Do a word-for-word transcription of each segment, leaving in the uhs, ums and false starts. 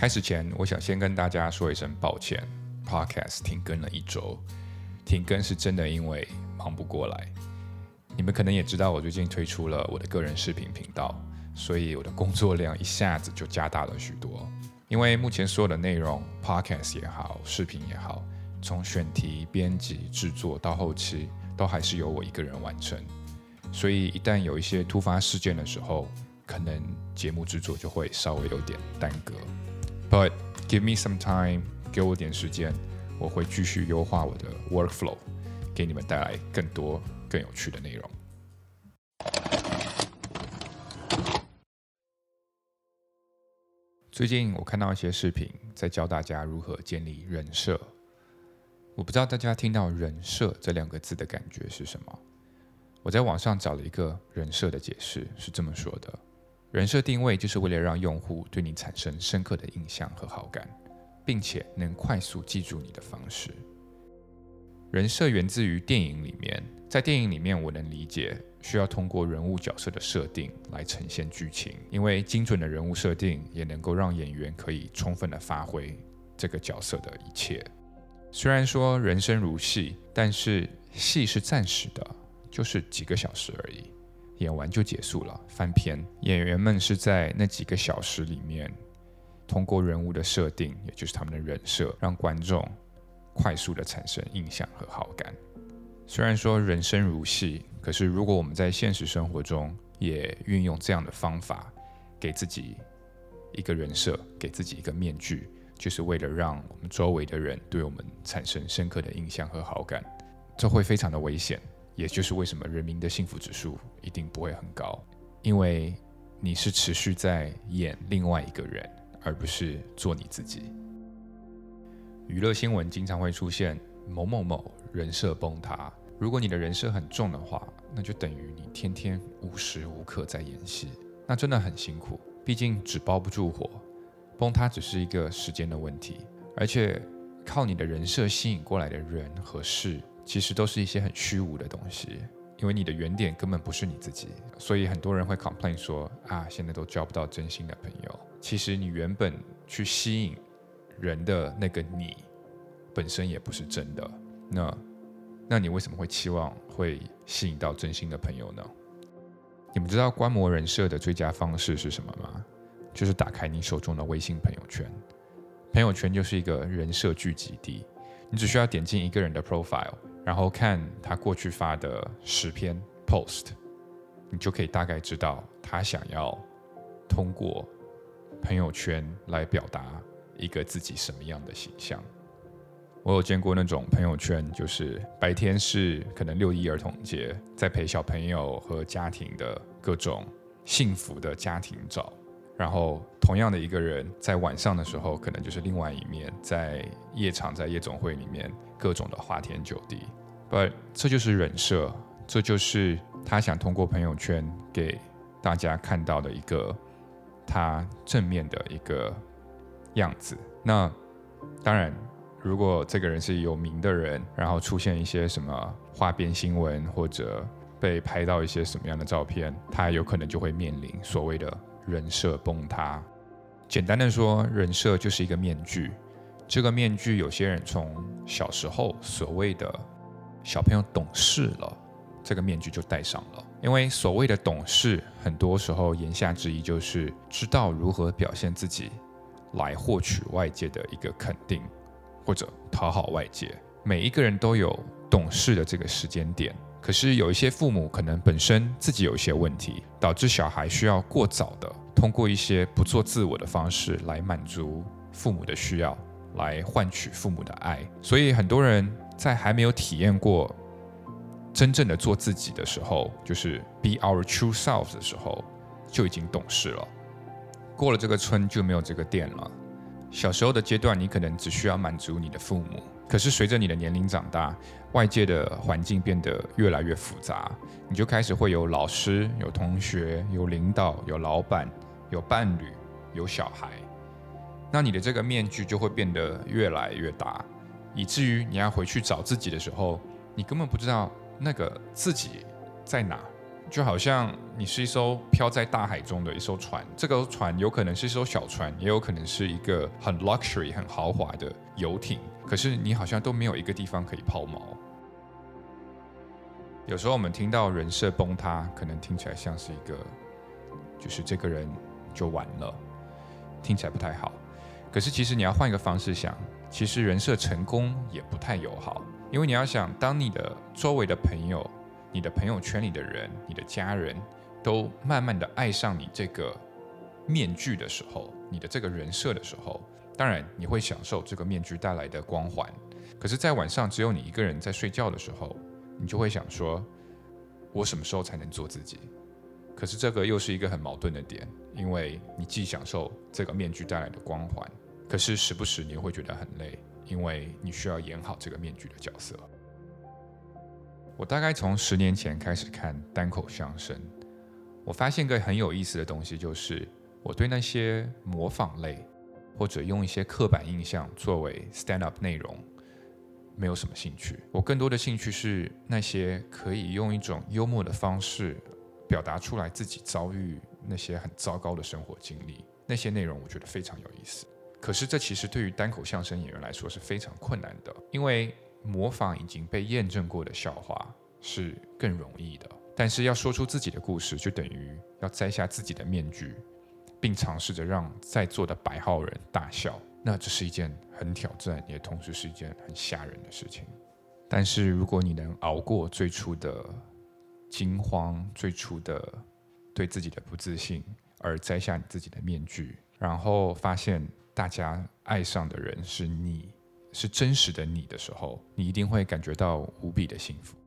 开始前，我想先跟大家说一声抱歉 ，Podcast 停更了一周，停更是真的因为忙不过来。你们可能也知道，我最近推出了我的个人视频频道，所以我的工作量一下子就加大了许多。因为目前所有的内容 ，Podcast 也好，视频也好，从选题、编辑、制作到后期，都还是由我一个人完成。所以一旦有一些突发事件的时候，可能节目制作就会稍微有点耽搁。But give me some time， 给我点时间，我会继续优化我的 workflow， 给你们带来更多更有趣的内容。最近我看到一些视频，在教大家如何建立人设。我不知道大家听到人设这两个字的感觉是什么。我在网上找了一个人设的解释，是这么说的：人设定位就是为了让用户对你产生深刻的印象和好感，并且能快速记住你的方式。人设源自于电影里面，在电影里面我能理解需要通过人物角色的设定来呈现剧情，因为精准的人物设定也能够让演员可以充分的发挥这个角色的一切。虽然说人生如戏，但是戏是暂时的，就是几个小时而已，演完就结束了，翻篇。演员们是在那几个小时里面，通过人物的设定，也就是他们的人设，让观众快速的产生印象和好感。虽然说人生如戏，可是如果我们在现实生活中也运用这样的方法，给自己一个人设，给自己一个面具，就是为了让我们周围的人对我们产生深刻的印象和好感，这会非常的危险。也就是为什么人民的幸福指数一定不会很高，因为你是持续在演另外一个人，而不是做你自己。娱乐新闻经常会出现某某某人设崩塌，如果你的人设很重的话，那就等于你天天无时无刻在演戏，那真的很辛苦。毕竟纸包不住火，崩塌只是一个时间的问题，而且靠你的人设吸引过来的人和事，其实都是一些很虚无的东西，因为你的原点根本不是你自己，所以很多人会 complain 说啊，现在都交不到真心的朋友。其实你原本去吸引人的那个你，本身也不是真的。那那你为什么会期望会吸引到真心的朋友呢？你们知道观摩人设的最佳方式是什么吗？就是打开你手中的微信朋友圈。朋友圈就是一个人设聚集地，你只需要点进一个人的 profile，然后看他过去发的十篇 post， 你就可以大概知道他想要通过朋友圈来表达一个自己什么样的形象。我有见过那种朋友圈，就是白天是可能六一儿童节，在陪小朋友和家庭的各种幸福的家庭照，然后同样的一个人在晚上的时候可能就是另外一面，在夜场在夜总会里面各种的花天酒地。But 这就是人设，这就是他想通过朋友圈给大家看到的一个他正面的一个样子。那当然如果这个人是有名的人，然后出现一些什么花边新闻，或者被拍到一些什么样的照片，他有可能就会面临所谓的人设崩塌。简单的说，人设就是一个面具，这个面具有些人从小时候所谓的小朋友懂事了，这个面具就戴上了。因为所谓的懂事，很多时候言下之意就是知道如何表现自己来获取外界的一个肯定，或者讨好外界。每一个人都有懂事的这个时间点，可是有一些父母可能本身自己有一些问题，导致小孩需要过早的通过一些不做自我的方式来满足父母的需要，来换取父母的爱。所以很多人在还没有体验过真正的做自己的时候，就是 be our true selves 的时候，就已经懂事了。过了这个村就没有这个店了。小时候的阶段，你可能只需要满足你的父母，可是随着你的年龄长大，外界的环境变得越来越复杂，你就开始会有老师、有同学、有领导、有老板、有伴侣、有小孩。那你的这个面具就会变得越来越大，以至于你要回去找自己的时候，你根本不知道那个自己在哪， 就好像你是一艘漂在大海中的一艘船，这个船有可能是一艘小船，也有可能是一个很 luxury 很豪华的游艇，可是你好像都没有一个地方可以抛锚。有时候我们听到人设崩塌，可能听起来像是一个就是这个人就完了，听起来不太好。可是其实你要换一个方式想，其实人设成功也不太友好，因为你要想，当你的周围的朋友、你的朋友圈里的人、你的家人都慢慢的爱上你这个面具的时候，你的这个人设的时候，当然你会享受这个面具带来的光环。可是在晚上只有你一个人在睡觉的时候，你就会想说，我什么时候才能做自己？可是这个又是一个很矛盾的点，因为你既享受这个面具带来的光环，可是时不时你会觉得很累，因为你需要演好这个面具的角色。我大概从十年前开始看单口相声，我发现个很有意思的东西，就是我对那些模仿类或者用一些刻板印象作为 stand-up 内容没有什么兴趣。我更多的兴趣是那些可以用一种幽默的方式表达出来自己遭遇那些很糟糕的生活经历，那些内容我觉得非常有意思。可是这其实对于单口相声演员来说是非常困难的，因为模仿已经被验证过的笑话是更容易的，但是要说出自己的故事，就等于要摘下自己的面具，并尝试着让在座的百号人大笑。那这是一件很挑战，也同时是一件很吓人的事情。但是如果你能熬过最初的惊慌，最初的对自己的不自信，而摘下你自己的面具，然后发现大家爱上的人是你，是真实的你的时候，你一定会感觉到无比的幸福。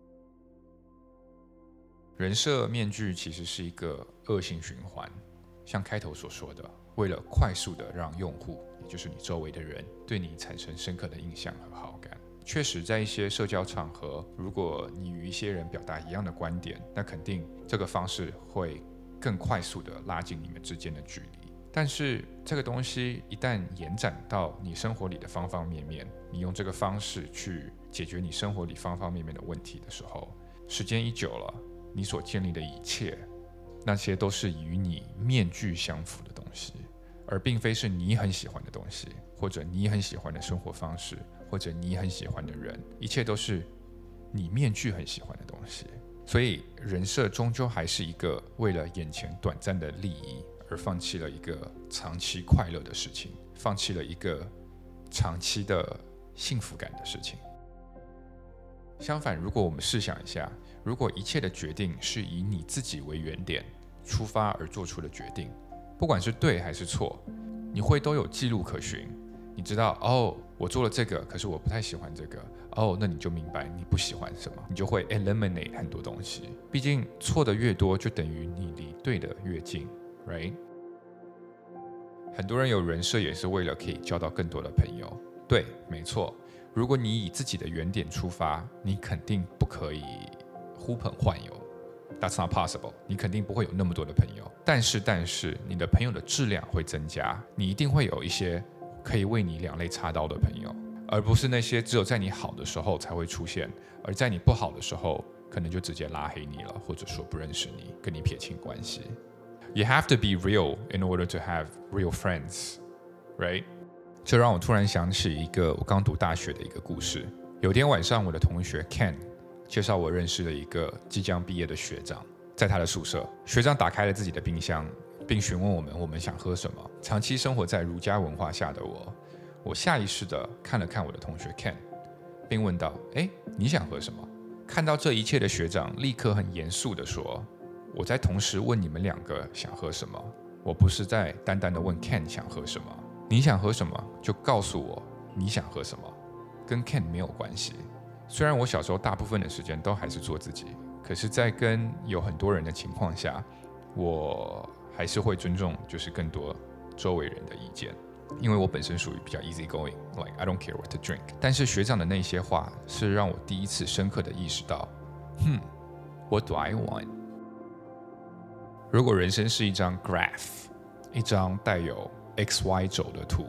人设面具其实是一个恶性循环，像开头所说的，为了快速的让用户，也就是你周围的人，对你产生深刻的印象和好感。确实在一些社交场合，如果你与一些人表达一样的观点，那肯定这个方式会更快速的拉近你们之间的距离。但是这个东西一旦延展到你生活里的方方面面，你用这个方式去解决你生活里方方面面的问题的时候，时间一久了，你所建立的一切，那些都是与你面具相符的东西，而并非是你很喜欢的东西，或者你很喜欢的生活方式，或者你很喜欢的人，一切都是你面具很喜欢的东西。所以人设终究还是一个为了眼前短暂的利益而放弃了一个长期快乐的事情，放弃了一个长期的幸福感的事情。相反，如果我们试想一下，如果一切的决定是以你自己为原点出发而做出的决定，不管是对还是错，你会都有记录可循。你知道，哦，我做了这个，可是我不太喜欢这个，哦，那你就明白你不喜欢什么，你就会 eliminate 很多东西。毕竟错的越多，就等于你离对的越近 ，right？ 很多人有人设也是为了可以交到更多的朋友，对，没错。如果你以自己的原点出发，你肯定不可以呼朋唤友 ，That's not possible。你肯定不会有那么多的朋友。但是，但是你的朋友的质量会增加，你一定会有一些可以为你两肋插刀的朋友，而不是那些只有在你好的时候才会出现，而在你不好的时候，可能就直接拉黑你了，或者说不认识你，跟你撇清关系。You have to be real in order to have real friends, right? 这让我突然想起一个我刚读大学的一个故事。有天晚上，我的同学 Ken 介绍我认识了一个即将毕业的学长，在他的宿舍，学长打开了自己的冰箱，并询问我们我们想喝什么。长期生活在儒家文化下的我，我下意识地看了看我的同学 Ken， 并问道：哎，你想喝什么？看到这一切的学长立刻很严肃地说：我在同时问你们两个想喝什么，我不是在单单地问 Ken 想喝什么。你想喝什么就告诉我你想喝什么，跟 Ken 没有关系。虽然我小时候大部分的时间都还是做自己，可是在跟有很多人的情况下，我还是会尊重就是更多周围人的意见，因为我本身属于比较 easy going， like I don't care what to drink。 但是学长的那些话是让我第一次深刻的意识到，hmm, what do I want？ 如果人生是一张 graph， 一张带有 X Y 轴的图，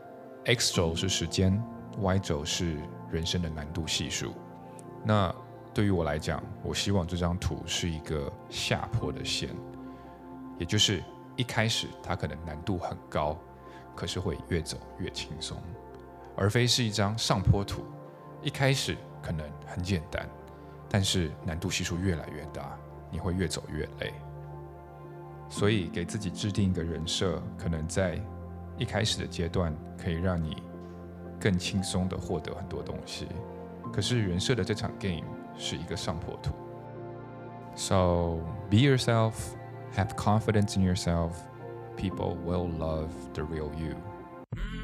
X 轴是时间， Y 轴是人生的难度系数，那对于我来讲，我希望这张图是一个下坡的线，也就是一开始它可能难度很高，可是会越走越轻松，而非是一张上坡图，一开始可能很简单，但是难度系数越来越大，你会越走越累。所以给自己制定一个人设，可能在一开始的阶段可以让你更轻松地获得很多东西，可是人设的这场 game 是一个上坡图。 So be yourself, have confidence in yourself, people will love the real you.